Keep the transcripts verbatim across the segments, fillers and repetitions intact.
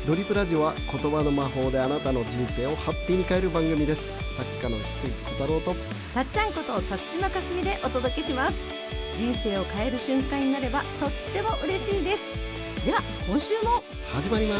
ドリップラジオは言葉の魔法であなたの人生をハッピーに変える番組です。作家の翡翠小太郎とたっちゃんこと辰島かすみでお届けします。人生を変える瞬間になればとっても嬉しいです。では今週も始まります。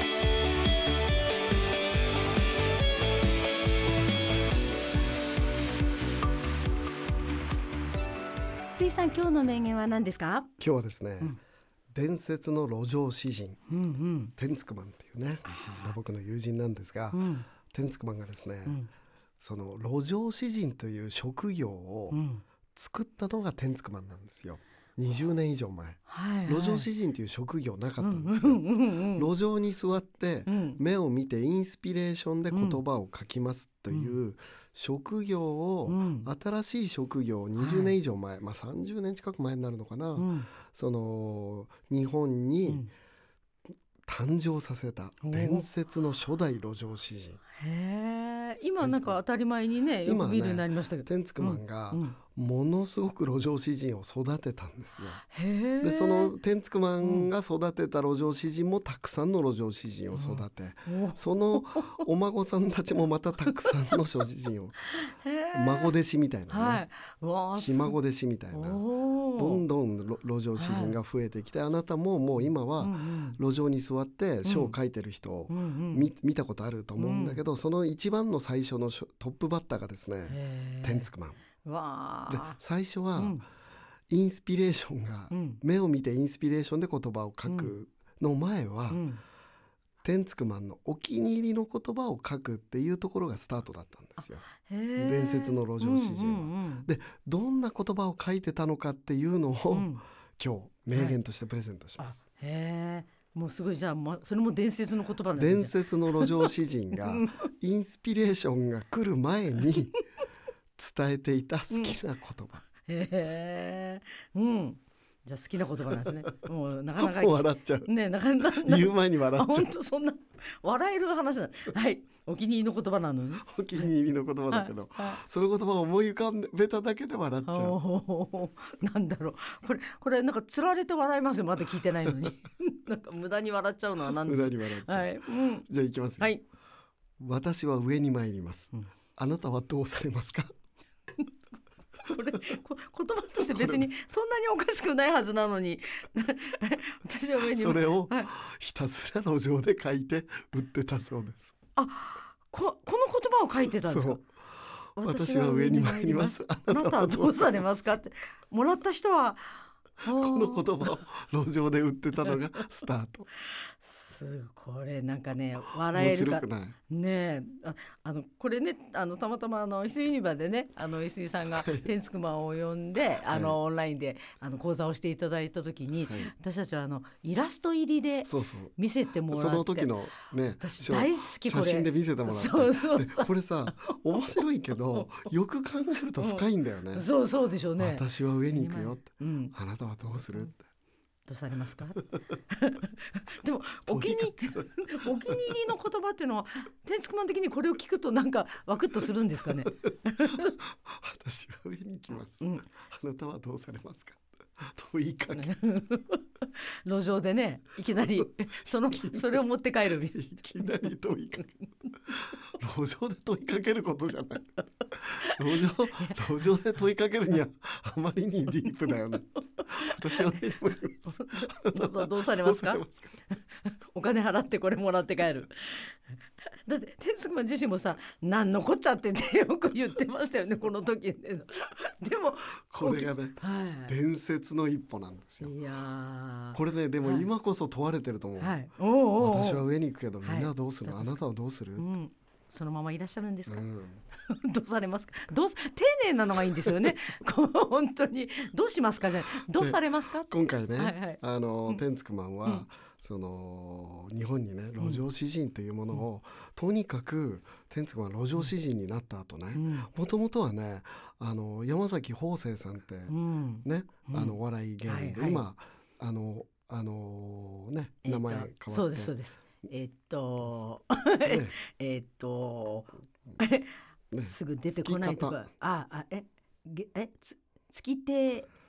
ついさん、今日の名言は何ですか？ 今日はですね、 うん伝説の路上詩人、 うんうんテンツクマンというね、僕の友人なんですが、 うんテンツクマンがですね、 うんその路上詩人という職業をうん作ったのがテンツクマンなんですよ。にじゅうねん以上前、 はいはい、 路上詩人という職業なかったんですよ。 うんうんうんうん路上に座ってうん目を見てインスピレーションで言葉を書きますという職業を、 うん新しい職業をにじゅうねん以上前、まあさんじゅうねん近く前になるのかな、 うんその日本に誕生させた伝説の初代路上詩人、 へえ、今なんか当たり前にねよく見るようになりましたけど、 テンツクマンがうんうんものすごく路上詩人を育てたんですよ。 へえ。 でそのテンツクマンが育てた路上詩人もたくさんの路上詩人を育て、 おそのお孫さんたちもまたたくさんの諸詩人を孫弟子みたいなね、 はい、わあひ孫弟子みたいな、どどんどん路路上詩人が増えてきて、あなたももう今は路上に座って詩を書いてる人を見、見たことあると思うんだけど、その一番の最初のトップバッターがですね、テンツクマンわで、最初はうんインスピレーションが、 うん目を見てインスピレーションで言葉を書くの前は、 うんテンツクマンのお気に入りの言葉を書くっていうところがスタートだったんですよ。 へえ。 伝説の路上詩人は、 うんうんうんでどんな言葉を書いてたのかっていうのを、 うん今日名言としてプレゼントします。 あへえ、もうすごい。じゃあ、ま、それも伝説の言葉なんですね。 伝説の路上詩人がインスピレーションが来る前に伝えていた好きな言葉、 へえ、うん。じゃあ好きな言葉なんですね。もうなかなかもう笑っちゃう、 ね、なかなか言う前に笑あ、 っちゃう本当そんな笑える話だ。はい、お気に入りの言葉なのに。 お気に入りの言葉だけど、 はいはいその言葉を思い浮かべただけで笑っちゃう。 おー、なんだろう、これこれなんかつられて笑いますよ。まだ聞いてないのになんか無駄に笑っちゃうのは何で無す駄に笑っちゃう、 はい、うん、 じゃあ行きますよ、 はい、 私は上に参ります、 うんあなたはどうされますか。 これこ言葉として別にそんなにおかしくないはずなのに私は上にそれをはい、 ひたすら路上で書いて売ってたそうです。 あ、ここの言葉を書いてたんですか。 そう、私は上に参ります、 あなたはどうされますかってもらった人はこの言葉を路上で売ってたのがスタート。 すこれなんかね笑えるか面白くない？ ねえ、ああのこれね、あのたまたまあの翡翠ユニバでね、あの翡翠さんがテンツクマンを呼んで、あのオンラインであの講座をしていただいた時に、 はい、 私たちはあのイラスト入りでそうそう、 見せてもらって、 その時のね、 私大好きこれ写真で見せてもらって、 そうそうそう、 でこれさ面白いけどよく考えると深いんだよね。 そうそうでしょうね。 私は上に行くよって、 うん、 あなたはどうするって、 どうされますかでもお気にお気に入りの言葉っていうのはテンツクマン的にこれを聞くとなんかワクッとするんですかね私は上に行きます、 うん、 あなたはどうされますか。問いかけ路上でね、いきなりそのそれを持って帰るみたいいきなり問いかけ路上で問いかけることじゃない路上路上で問いかけるにはあまりにディープだよね。私は上にもいますどうどうされますかどうされますか。 お金払ってこれもらって帰る。だってテンツクマン自身もさ、何のこっちゃってってよく言ってましたよねこの時ね。でもこれがね、 はい、 伝説の一歩なんですよ。 いやこれね、でも今こそ問われてると思う、 はい、おうおうおう、 私は上に行くけどみんなはどうするの、 はい、 あなたはどうする、 うん、そのままいらっしゃるんですか、 うん、 どうされますか。どうす丁寧なのがいいんですよねこう本当にどうしますかじゃない、どうされますか。 今回ね、 はいはい、 あの、 うん、 テンツクマンは、 うんその日本にね路上詩人というものを、うん、とにかくテンツクマン路上詩人になった後ね、もともとはね、あの山崎邦生さんって、うん、ね、うん、あのお笑い芸人で、はいはい、今あのあのね、えー、名前変わって、 そうですそうです、えー、っとね、えっと、ね、すぐ出てこないとか、ああええつ月亭月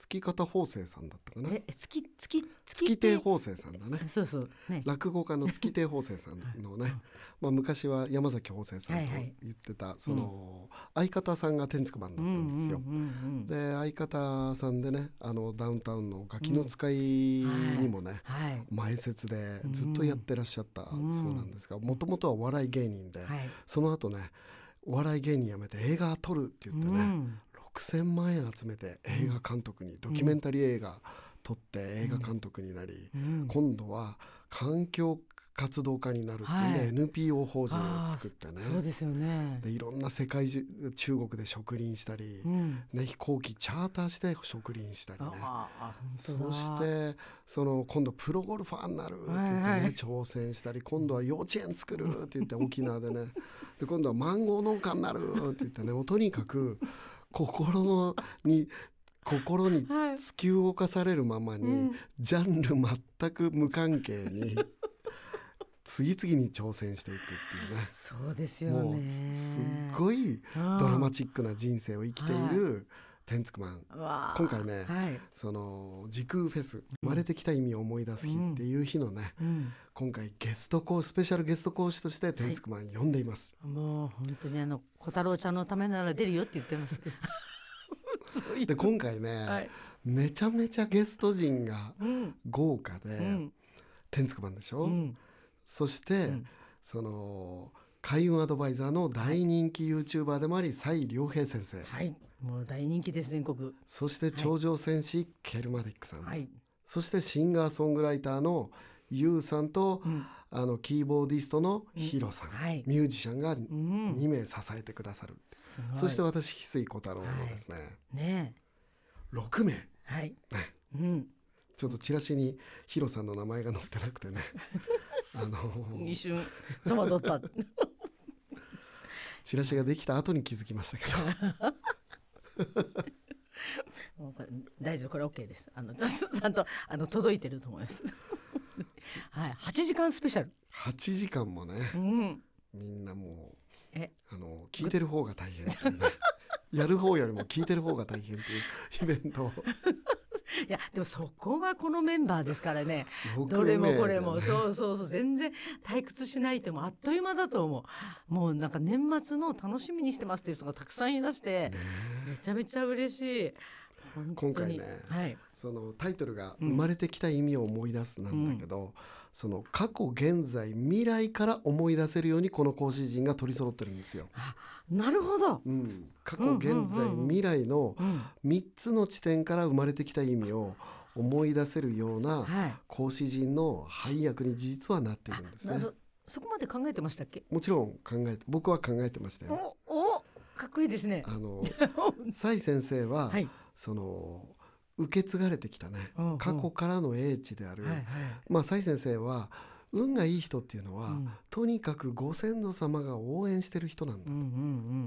月方法生さんだったかな。 え月月月亭法生さんだね。 そうそうね、 落語家の月亭法生さんのね、まあ、昔は山崎法生さんと言ってた、はいはい、その、うん、相方さんが天竺マンだったんですよ、うんうんうんうん、で相方さんでね、あのダウンタウンのガキの使いにもね、うんはい、前説でずっとやってらっしゃったそうなんですが、もともとはお笑い芸人で、はい、その後ねお笑い芸人辞めて映画撮るって言ってね、うん、ろくせんまんえん集めて映画監督に、うん、ドキュメンタリー映画撮って映画監督になり、うん、今度は環境活動家になるっていうね、はい、エヌピーオー 法人を作ってね、 そうですよね、 でいろんな世界中、中国で植林したり、うんね、飛行機チャーターして植林したりね、そしてその今度プロゴルファーになるって言ってね、はいはい、挑戦したり、今度は幼稚園作るって言って沖縄でねで今度はマンゴー農家になるって言ってね、もうとにかく心のに心に突き動かされるままに、はいうん、ジャンル全く無関係に次々に挑戦していくっていうね、 そうですよね、 もうすっごいドラマチックな人生を生きている天竺マン、今回ね、はい、その時空フェス生まれてきた意味を思い出す日っていう日のね、うんうん、今回ゲスト講スペシャルゲスト講師として天竺マン呼んでいます、 はい、もう本当にあの小太郎ちゃんのためなら出るよって言ってますで今回ね、はい、めちゃめちゃゲスト陣が豪華で、うん、天竺マンでしょ、うんそして、うん、その開運アドバイザーの大人気 YouTuber でもあり蔡良平先生、 はい、もう大人気です全国。 そして頂上戦士、はい、ケルマディックさん、はい、そしてシンガーソングライターのユウさんと、うん、あのキーボーディストのヒロさん、うんはい、ミュージシャンがにめい支えてくださる、うん、そして私翡翠小太郎のですね、はい、ねろくめい、はいねうん、ちょっとチラシにヒロさんの名前が載ってなくてねあのー、 一瞬戸惑ったチラシができた後に気づきましたけど大丈夫、これ OK です。あのちゃんとあの届いてると思いますはい、はちじかんスペシャルはちじかんもね、うん、みんなもうえあの聞いてる方が大変、ね、やる方よりも聞いてる方が大変というイベントをいやでもそこはこのメンバーですからね、どれもこれもそうそうそう全然退屈しないともあっという間だと思う。もうなんか年末の楽しみにしてますっていう人がたくさんいらして、めちゃめちゃ嬉しい。 今回ね、はい、そのタイトルが生まれてきた意味を思い出すなんだけど、うん、その過去現在未来から思い出せるようにこの講師陣が取り揃ってるんですよ。 あ、なるほど、 うん、過去現在未来のみっつの地点から生まれてきた意味を思い出せるような講師陣の配役に実はなっているんですね。 そこまで考えてましたっけ？ もちろん考えて、僕は考えてましたよ。 おお、かっこいいですね。 あの蔡先生は、はい、その受け継がれてきたね、うんうん、過去からの英知である、はいはい、まあ蔡先生は運がいい人っていうのは、うん、とにかくご先祖様が応援してる人なんだと、うんうんうん、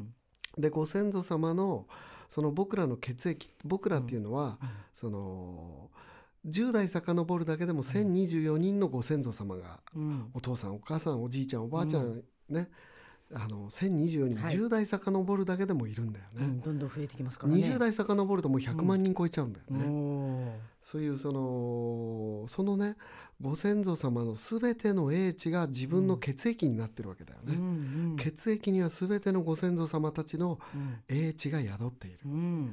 でご先祖様のその僕らの血液、僕らっていうのは、うんうん、そのじゅう代遡るだけでもせんにじゅうよにんのご先祖様が、うん、お父さんお母さんおじいちゃんおばあちゃん、うん、ね、あのせんにじゅうよにん、はい、じゅう代遡るだけでもいるんだよね、うん、 どんどん増えてきますからね。 にじゅう代遡るともうひゃくまんにん超えちゃうんだよね、うん、そういうそのそのねご先祖様のすべての英知が自分の血液になってるわけだよね、うんうん、血液にはすべてのご先祖様たちの英知が宿っている、うん、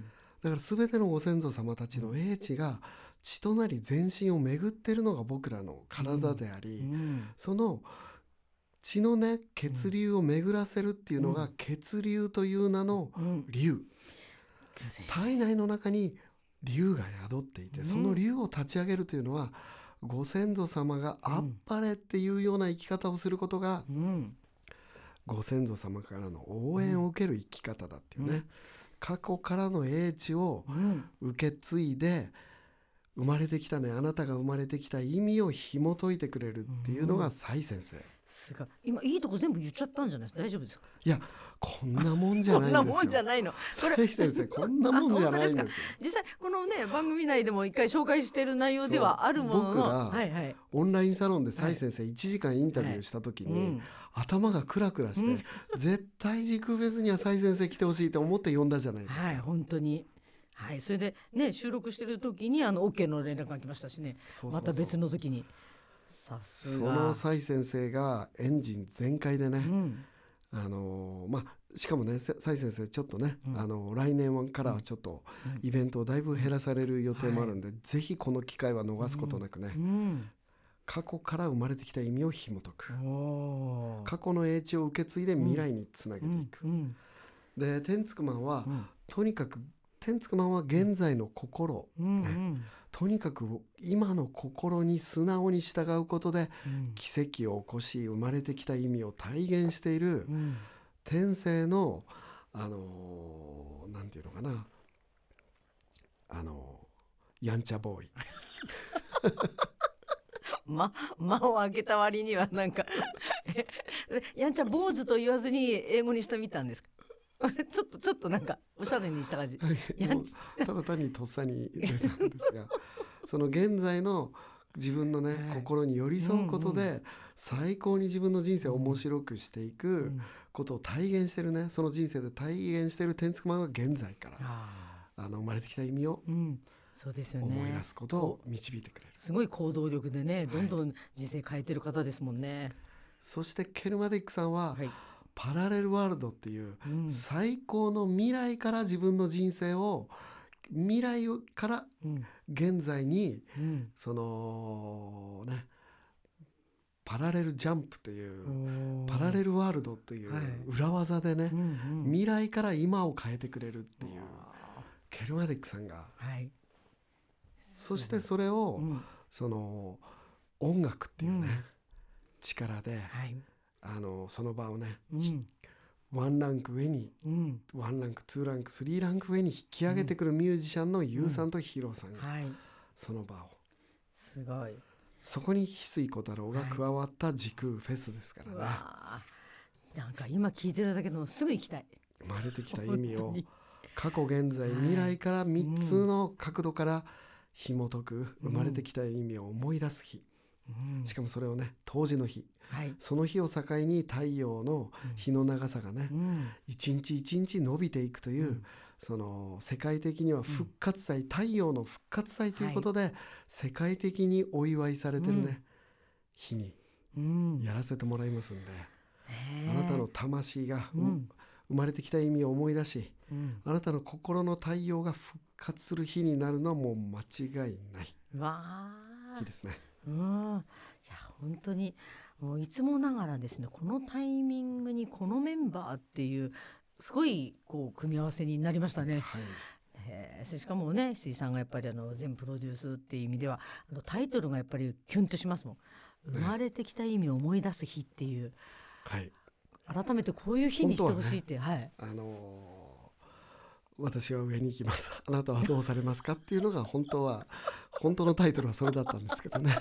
だからすべてのご先祖様たちの英知が血となり全身を巡っているのが僕らの体であり、うんうん、その血のね血流を巡らせるっていうのが、うん、血流という名の流、うん、体内の中に流が宿っていて、うん、その流を立ち上げるというのはご先祖様があっぱれっていうような生き方をすることが、うん、ご先祖様からの応援を受ける生き方だっていうね、うん、過去からの英知を受け継いで生まれてきたね、あなたが生まれてきた意味を紐解いてくれるっていうのが蔡先生、うん、 すごい。今いいとこ全部言っちゃったんじゃないですか？大丈夫ですか？ いや、こんなもんじゃないんですよ。こんなもんじゃないの。 蔡先生こんなもんじゃないんですよ。 実際このね番組内でも一回紹介している内容ではあるものの、 僕ら、はいはい、オンラインサロンで蔡先生いちじかんインタビューした時に、はいはいうん、頭がクラクラして、うん、絶対時空フェスには蔡先生来てほしいと思って呼んだじゃないですか。 はい、本当に。 はい、それでね収録してる時にあの OK の連絡が来ましたしね。 そうそうそう、 また別の時にさすがその蔡先生がエンジン全開でね、 うん、 あのーまあしかもね蔡先生ちょっとね、 うん、 あの来年からはちょっとイベントをだいぶ減らされる予定もあるんで、はい、ぜひこの機会は逃すことなくね、 うんうん、 過去から生まれてきた意味を紐解く、過去の英知を受け継いで未来につなげていく、 うんうん、 でテンツクマンは、うん、とにかくテンツクマンは現在の心、 うんね、 うん、 とにかく今の心に素直に従うことで、うん、奇跡を起こし生まれてきた意味を体現している、うん、天性のあのー、なんていうのかな、あのー、やんちゃボーイま、間を開けた割にはなんかやんちゃ坊主と言わずに英語にしてみたんですかちょっとちょっとなんかおしゃれにした感じただ単にとっさに出たんですがその現在の自分のね、はい、心に寄り添うことで、うんうん、最高に自分の人生を面白くしていくことを体現してるね、その人生で体現してるテンツクマンは現在からあの生まれてきた意味を、うん、そうですよね、思い出すことを導いてくれる。 すごい行動力でね、どんどん人生変えてる方ですもんね、はい、 そしてケルマディックさんは、はい、パラレルワールドっていう最高の未来から自分の人生を未来から現在に、うん、そのねパラレルジャンプというパラレルワールドという裏技でね、はい、うんうん、未来から今を変えてくれるっていうケルマディックさんが、はい、そしてそれを、うん、その音楽っていうね、うん、力で、はい、あのその場をね、うん、ワンランク上に、うん、ワンランクツーランクスリーランク上に引き上げてくるミュージシャンのユウさんとヒロさんが、うんはい、その場をすごい、 そこに翡翠小太郎が加わった時空フェスですからね、 はい、なんか今聞いてるだけでもすぐ行きたい。 生まれてきた意味を過去現在未来からみっつの角度から紐解く、生まれてきた意味を思い出す日、うん、しかもそれをね当時の日、はい、その日を境に太陽の日の長さがね、うん、一日一日伸びていくという、うん、その世界的には復活祭、うん、太陽の復活祭ということで、はい、世界的にお祝いされてるね、うん、日にやらせてもらいますんで、うん、あなたの魂が、うん、生まれてきた意味を思い出し、うん、あなたの心の太陽が復活する日になるのはもう間違いない日ですね。 うん、いや本当にもういつもながらですね、このタイミングにこのメンバーっていうすごいこう組み合わせになりましたね、はい、えー、しかもね翡翠さんがやっぱりあの全プロデュースっていう意味ではあのタイトルがやっぱりキュンとしますもん、生まれてきた意味を思い出す日っていう、はい、改めてこういう日にしてほしいって、ね、はい、 あのー、私は上に行きますあなたはどうされますかっていうのが本当は本当のタイトルはそれだったんですけどね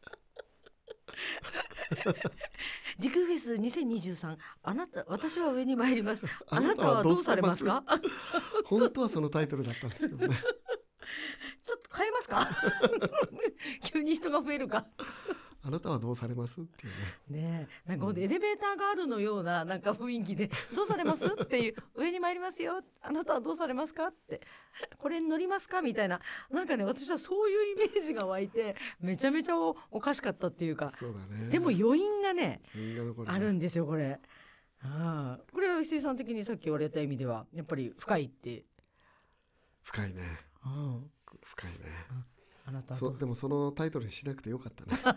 時空フェスにせんにじゅうさん、あなた私は上に参ります、あなたはどうされますか本当はそのタイトルだったんですけどねちょっと変えますか急に人が増えるかあなたはどうされますっていうね。 ねえ、なんかエレベーターガールのようななんか雰囲気でどうされますっていう上に参りますよ、あなたはどうされますかってこれに乗りますかみたいな、なんかね私はそういうイメージが湧いてめちゃめちゃ お, おかしかったっていうか、 そうだね、 でも余韻がねがあるんですよこれ。あこれは石井さん的にさっき言われた意味ではやっぱり深いって。 深いね、うん、深いね、 あなたそでもそのタイトルにしなくてよかったね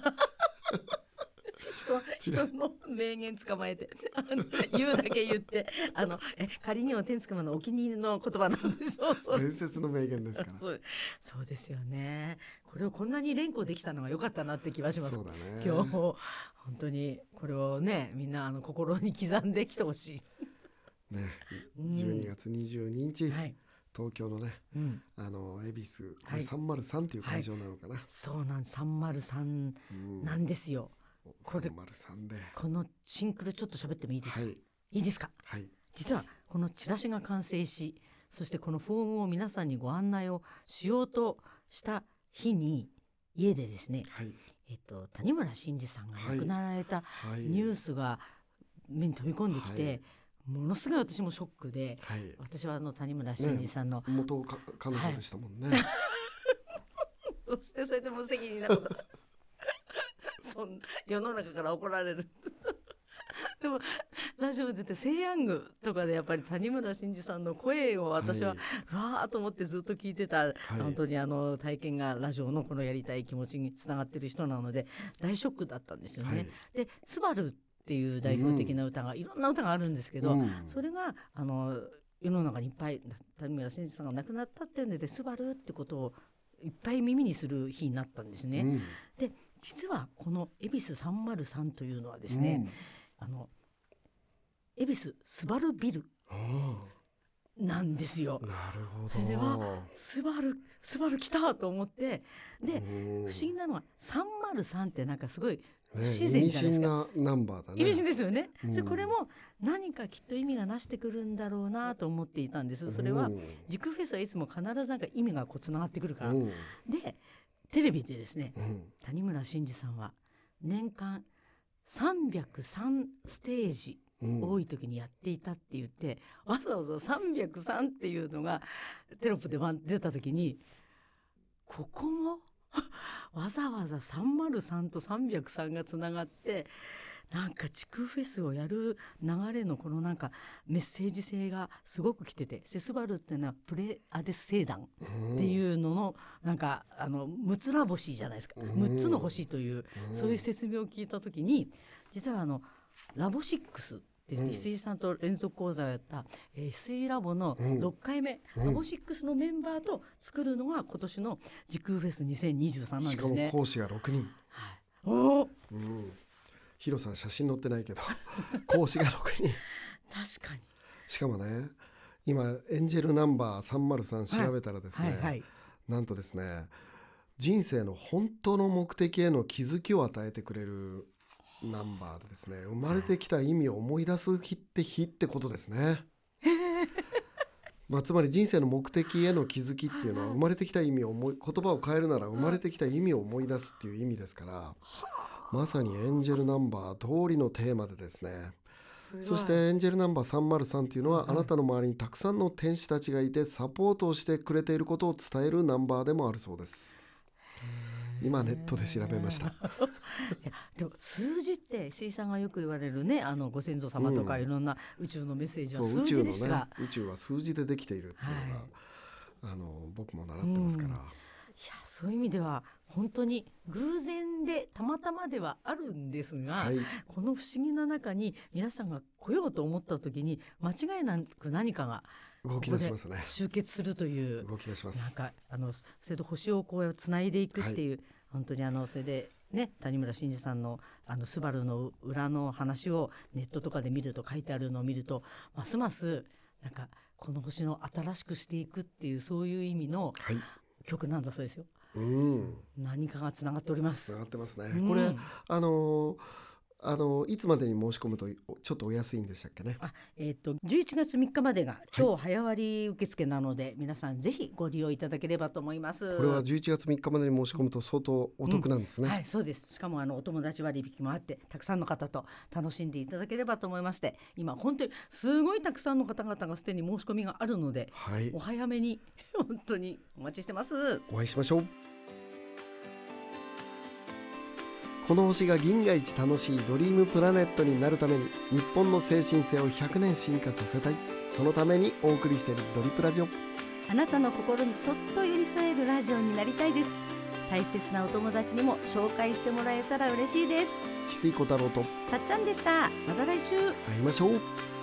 人, 人の名言捕まえて言うだけ言ってあのえ仮には天竺マンのお気に入りの言葉なんでしょう伝説の名言ですからそう、そうですよね。これをこんなに連呼できたのが良かったなって気はします。 そうだね、 今日本当にこれをねみんなあの心に刻んできてほしいね。 じゅうにがつにじゅうににち、はい、東京のね、うん、あの恵比寿、はい、さんまるさんという会場なのかな、はい、 そうなんさんまるさんなんですよ、 うん、これさんまるさんでこのシンクルちょっと喋ってもいいですか、はい、いいですか、 はい、 実はこのチラシが完成し、そしてこのフォームを皆さんにご案内をしようとした日に家でですね、はい、えっと、谷村新司さんが亡くなられたニュースが目に飛び込んできて、はい、 ものすごい私もショックで、 はい、 私はあの谷村新司さんの、 ね、元か彼女でしたもんね、 はい、どうしてそれで無責任なことそん世の中から怒られるでもラジオ出てセイヤングとかでやっぱり谷村新司さんの声を私は、はい、わーと思ってずっと聞いてた、はい、本当にあの体験がラジオのこのやりたい気持ちにつながってる人なので大ショックだったんですよね、はい、でスバルっていう代表的な歌が、うん、いろんな歌があるんですけど、うん、それがあの世の中にいっぱい谷村新司さんが亡くなったっていうんでスバルってことをいっぱい耳にする日になったんですね、うん、で実はこの恵比寿さんまるさんというのはですね、うん、あの恵比寿スバルビルなんですよ。 なるほど。 それではスバルスバル来たと思ってで不思議なのはさんまるさんってなんかすごい不自然じゃないですか、ね、意味深なナンバーだね。意味深ですよね、うん、それこれも何かきっと意味がなしてくるんだろうなと思っていたんです。それは時空フェスはいつも必ずなんか意味がこうつながってくるから、うん、でテレビでですね、うん、谷村新司さんは年間さんびゃくさんステージ多い時にやっていたって言って、うん、わざわざさんびゃくさんっていうのがテロップで出た時にここもわざわざさんまるさんとさんびゃくさんがつながってなんか地空フェスをやる流れのこのなんかメッセージ性がすごく来てて、セスバルっていうのはプレアデス星団っていうののなんかあのむつら星じゃないですか、むっつの星というそういう説明を聞いた時に実はあのラボシックスって言って石井さんと連続講座をやった、えー、水ラボのろっかいめ、うん、ラボシックスのメンバーと作るのが今年の時空フェスにせんにじゅうさんなんですね。 しかも講師がろくにん、 はい、おー、 うん、ヒロさん写真載ってないけど講師がろくにん確かに。 しかもね今エンジェルナンバーさんまるさん調べたらですね、はいはいはい、なんとですね人生の本当の目的への気づきを与えてくれるナンバーでですね、生まれてきた意味を思い出す日って日ってことですねまあ、つまり人生の目的への気づきっていうのは生まれてきた意味を思い言葉を変えるなら生まれてきた意味を思い出すっていう意味ですから、まさにエンジェルナンバー通りのテーマでですね、そしてエンジェルナンバーさんまるさんっていうのはあなたの周りにたくさんの天使たちがいてサポートをしてくれていることを伝えるナンバーでもあるそうです。今ネットで調べましたいやでも数字って石井さんがよく言われるね、あのご先祖様とかいろんな宇宙のメッセージは数字でした、 うん、宇宙のね、宇宙は数字でできているっていうのが、はい、あの僕も習ってますから、うん、いやそういう意味では本当に偶然でたまたまではあるんですが、はい、この不思議な中に皆さんが来ようと思った時に間違いなく何かが動き出しますね。 集結するという動き出します。 なんかあのそれで星をこうつないでいくっていう、はい、本当にあのそれでね谷村新司さんのあのスバルの裏の話をネットとかで見ると書いてあるのを見るとますますなんかこの星の新しくしていくっていうそういう意味の曲なんだそうですよ、はい、うん、何かがつながっております。 つながってますね、うん、これあのーあのいつまでに申し込むとちょっとお安いんでしたっけね。 あ、えー、とじゅういちがつみっかまでが超早割受付なので、はい、皆さんぜひご利用いただければと思います。 これはじゅういちがつみっかまでに申し込むと相当お得なんですね、 うん、はい、そうです。しかもあのお友達割引もあってたくさんの方と楽しんでいただければと思いまして、今本当にすごいたくさんの方々がすでに申し込みがあるので、はい、お早めに本当にお待ちしてます。 お会いしましょう。この星が銀河一楽しいドリームプラネットになるために日本の精神性をひゃくねん進化させたい、そのためにお送りしているドリプラジオ。 あなたの心にそっと寄り添えるラジオになりたいです。大切なお友達にも紹介してもらえたら嬉しいです。 翡翠小太郎とたっちゃんでした。また来週会いましょう。